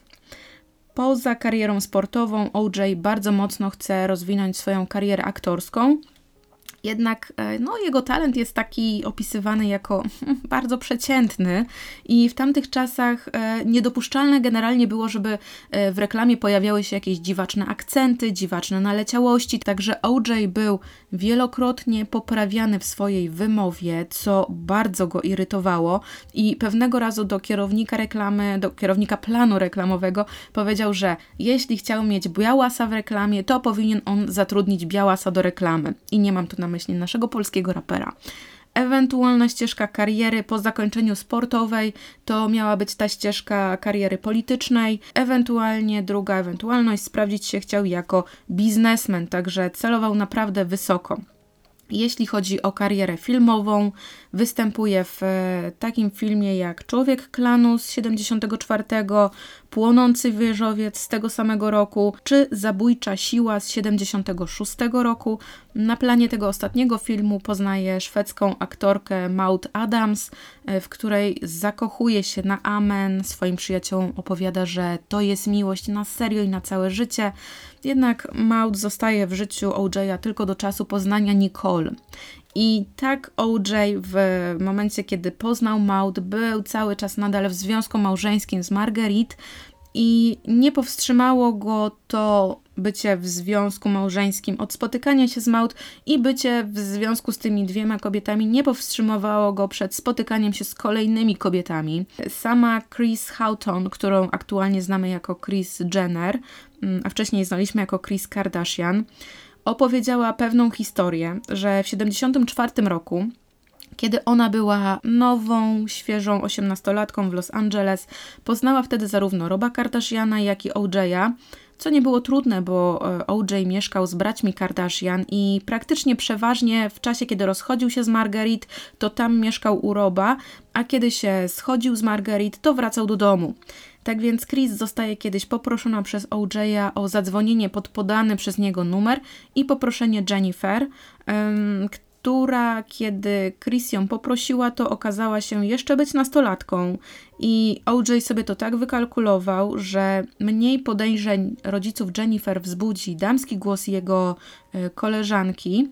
A: Poza karierą sportową O J bardzo mocno chce rozwinąć swoją karierę aktorską. Jednak no, jego talent jest taki opisywany jako bardzo przeciętny i w tamtych czasach e, niedopuszczalne generalnie było, żeby e, w reklamie pojawiały się jakieś dziwaczne akcenty, dziwaczne naleciałości, także O J był wielokrotnie poprawiany w swojej wymowie, co bardzo go irytowało i pewnego razu do kierownika reklamy, do kierownika planu reklamowego powiedział, że jeśli chciał mieć Białasa w reklamie, to powinien on zatrudnić Białasa do reklamy. I nie mam tu na myśli naszego polskiego rapera. Ewentualna ścieżka kariery po zakończeniu sportowej to miała być ta ścieżka kariery politycznej. Ewentualnie druga ewentualność, sprawdzić się chciał jako biznesmen, także celował naprawdę wysoko. Jeśli chodzi o karierę filmową, występuje w takim filmie jak Człowiek klanu z siedemdziesiątego czwartego, Płonący wieżowiec z tego samego roku, czy Zabójcza siła z siedemdziesiątego szóstego roku. Na planie tego ostatniego filmu poznaje szwedzką aktorkę Maud Adams, w której zakochuje się na amen. Swoim przyjaciołom opowiada, że to jest miłość na serio i na całe życie. Jednak Maud zostaje w życiu O J'a tylko do czasu poznania Nicole. I tak O J w momencie, kiedy poznał Maud, był cały czas nadal w związku małżeńskim z Marguerite i nie powstrzymało go to bycie w związku małżeńskim od spotykania się z Maud i bycie w związku z tymi dwiema kobietami nie powstrzymywało go przed spotykaniem się z kolejnymi kobietami. Sama Kris Houghton, którą aktualnie znamy jako Kris Jenner, a wcześniej znaliśmy jako Kris Kardashian, opowiedziała pewną historię, że w siedemdziesiątym czwartym roku, kiedy ona była nową, świeżą osiemnastolatką w Los Angeles, poznała wtedy zarówno Roba Kardashiana, jak i O J'a, co nie było trudne, bo O J mieszkał z braćmi Kardashian i praktycznie przeważnie w czasie, kiedy rozchodził się z Marguerite, to tam mieszkał u Roba, a kiedy się schodził z Marguerite, to wracał do domu. Tak więc Kris zostaje kiedyś poproszona przez O J'a o zadzwonienie pod podany przez niego numer i poproszenie Jennifer, um, która, kiedy Kris ją poprosiła, to okazała się jeszcze być nastolatką i O J sobie to tak wykalkulował, że mniej podejrzeń rodziców Jennifer wzbudzi damski głos jego y, koleżanki,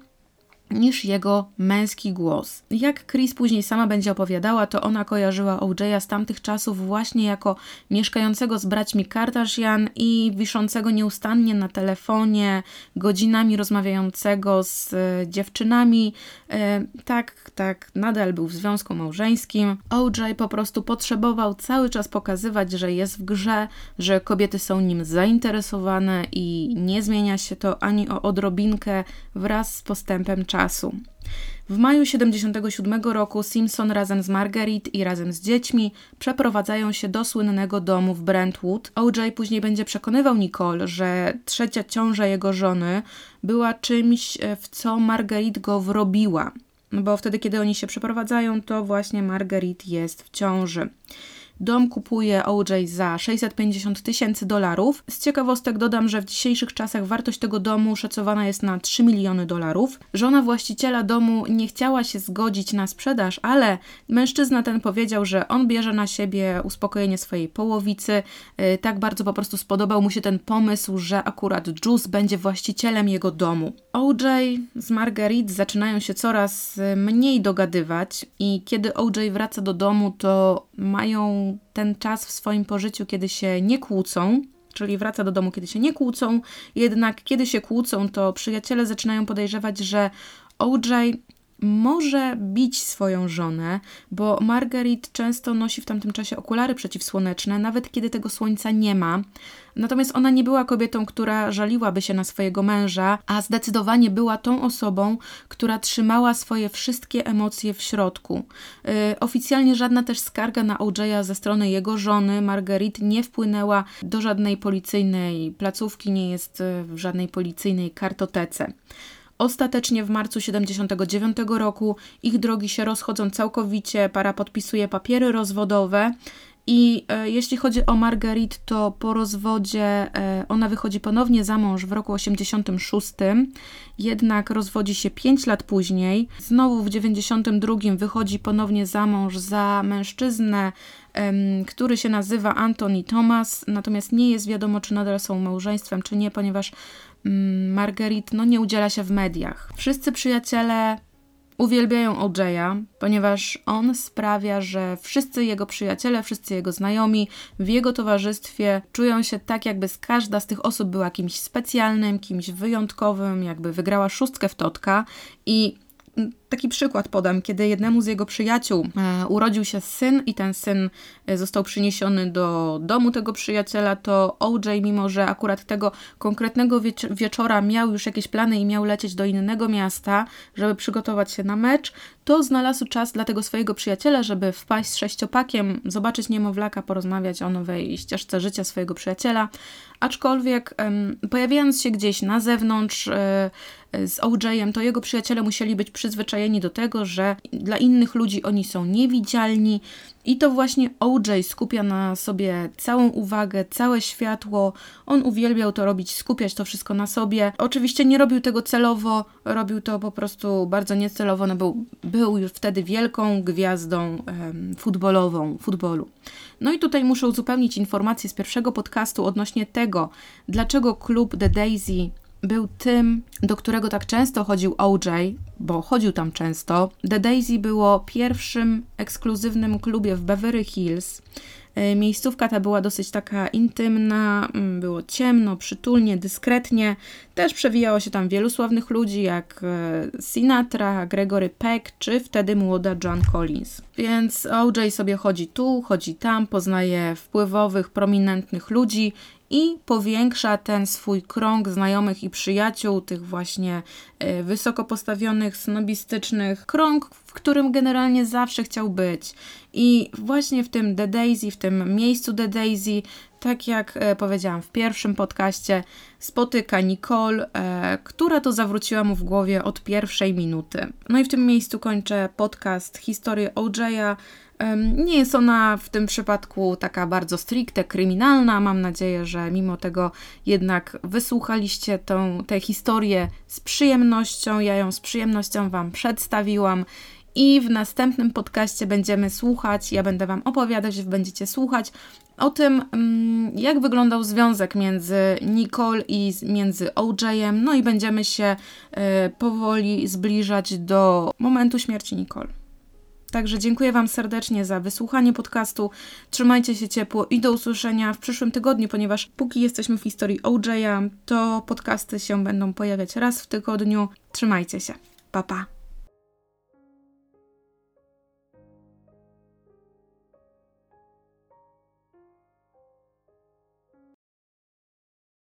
A: niż jego męski głos. Jak Kris później sama będzie opowiadała, to ona kojarzyła O J'a z tamtych czasów właśnie jako mieszkającego z braćmi Kardashian i wiszącego nieustannie na telefonie, godzinami rozmawiającego z e, dziewczynami. E, tak, tak, nadal był w związku małżeńskim. O J po prostu potrzebował cały czas pokazywać, że jest w grze, że kobiety są nim zainteresowane i nie zmienia się to ani o odrobinkę wraz z postępem czasu. W maju siedemdziesiątego siódmego roku Simpson razem z Marguerite i razem z dziećmi przeprowadzają się do słynnego domu w Brentwood. O J później będzie przekonywał Nicole, że trzecia ciąża jego żony była czymś, w co Marguerite go wrobiła. Bo wtedy, kiedy oni się przeprowadzają, to właśnie Marguerite jest w ciąży. Dom kupuje O J za sześćset pięćdziesiąt tysięcy dolarów. Z ciekawostek dodam, że w dzisiejszych czasach wartość tego domu szacowana jest na trzy miliony dolarów. Żona właściciela domu nie chciała się zgodzić na sprzedaż, ale mężczyzna ten powiedział, że on bierze na siebie uspokojenie swojej połowicy. Tak bardzo po prostu spodobał mu się ten pomysł, że akurat Juice będzie właścicielem jego domu. O J z Marguerite zaczynają się coraz mniej dogadywać i kiedy O J wraca do domu, to mają ten czas w swoim pożyciu, kiedy się nie kłócą, czyli wraca do domu, kiedy się nie kłócą, jednak kiedy się kłócą, to przyjaciele zaczynają podejrzewać, że O J może bić swoją żonę, bo Marguerite często nosi w tamtym czasie okulary przeciwsłoneczne, nawet kiedy tego słońca nie ma. Natomiast ona nie była kobietą, która żaliłaby się na swojego męża, a zdecydowanie była tą osobą, która trzymała swoje wszystkie emocje w środku. Yy, oficjalnie żadna też skarga na O J ze strony jego żony, Marguerite, nie wpłynęła do żadnej policyjnej placówki, nie jest w żadnej policyjnej kartotece. Ostatecznie w marcu siedemdziesiątego dziewiątego roku ich drogi się rozchodzą całkowicie, para podpisuje papiery rozwodowe i e, jeśli chodzi o Marguerite, to po rozwodzie e, ona wychodzi ponownie za mąż w roku osiemdziesiątym szóstym, jednak rozwodzi się pięć lat później. Znowu w dziewięćdziesiątym drugim wychodzi ponownie za mąż za mężczyznę, em, który się nazywa Anthony Thomas, natomiast nie jest wiadomo, czy nadal są małżeństwem, czy nie, ponieważ Marguerite no, nie udziela się w mediach. Wszyscy przyjaciele uwielbiają O J, ponieważ on sprawia, że wszyscy jego przyjaciele, wszyscy jego znajomi w jego towarzystwie czują się tak, jakby każda z tych osób była kimś specjalnym, kimś wyjątkowym, jakby wygrała szóstkę w totka. I taki przykład podam, kiedy jednemu z jego przyjaciół e, urodził się syn i ten syn e, został przyniesiony do domu tego przyjaciela, to O J, mimo że akurat tego konkretnego wiecz- wieczora miał już jakieś plany i miał lecieć do innego miasta, żeby przygotować się na mecz, to znalazł czas dla tego swojego przyjaciela, żeby wpaść z sześciopakiem, zobaczyć niemowlaka, porozmawiać o nowej ścieżce życia swojego przyjaciela. Aczkolwiek em, pojawiając się gdzieś na zewnątrz e, z O J-em, to jego przyjaciele musieli być przyzwyczajeni do tego, że dla innych ludzi oni są niewidzialni i to właśnie O J skupia na sobie całą uwagę, całe światło. On uwielbiał to robić, skupiać to wszystko na sobie. Oczywiście nie robił tego celowo, robił to po prostu bardzo niecelowo. No był, był już wtedy wielką gwiazdą em, futbolową, futbolu. No i tutaj muszę uzupełnić informację z pierwszego podcastu odnośnie tego, dlaczego klub The Daisy był tym, do którego tak często chodził O J, bo chodził tam często. The Daisy było pierwszym ekskluzywnym klubie w Beverly Hills. Miejscówka ta była dosyć taka intymna, było ciemno, przytulnie, dyskretnie. Też przewijało się tam wielu sławnych ludzi, jak Sinatra, Gregory Peck, czy wtedy młoda Joan Collins. Więc O J sobie chodzi tu, chodzi tam, poznaje wpływowych, prominentnych ludzi i powiększa ten swój krąg znajomych i przyjaciół, tych właśnie y, wysoko postawionych, snobistycznych, krąg, w którym generalnie zawsze chciał być. I właśnie w tym The Daisy, w tym miejscu The Daisy, tak jak e, powiedziałam w pierwszym podcaście, spotyka Nicole, e, która to zawróciła mu w głowie od pierwszej minuty. No i w tym miejscu kończę podcast historię O J-a. Nie jest ona w tym przypadku taka bardzo stricte kryminalna. Mam nadzieję, że mimo tego jednak wysłuchaliście tą, tę historię z przyjemnością. Ja ją z przyjemnością Wam przedstawiłam. I w następnym podcaście będziemy słuchać, ja będę Wam opowiadać, że będziecie słuchać o tym, jak wyglądał związek między Nicole i między O J-em. No i będziemy się powoli zbliżać do momentu śmierci Nicole. Także dziękuję Wam serdecznie za wysłuchanie podcastu. Trzymajcie się ciepło i do usłyszenia w przyszłym tygodniu, ponieważ póki jesteśmy w historii O J-a, to podcasty się będą pojawiać raz w tygodniu. Trzymajcie się. Pa, pa.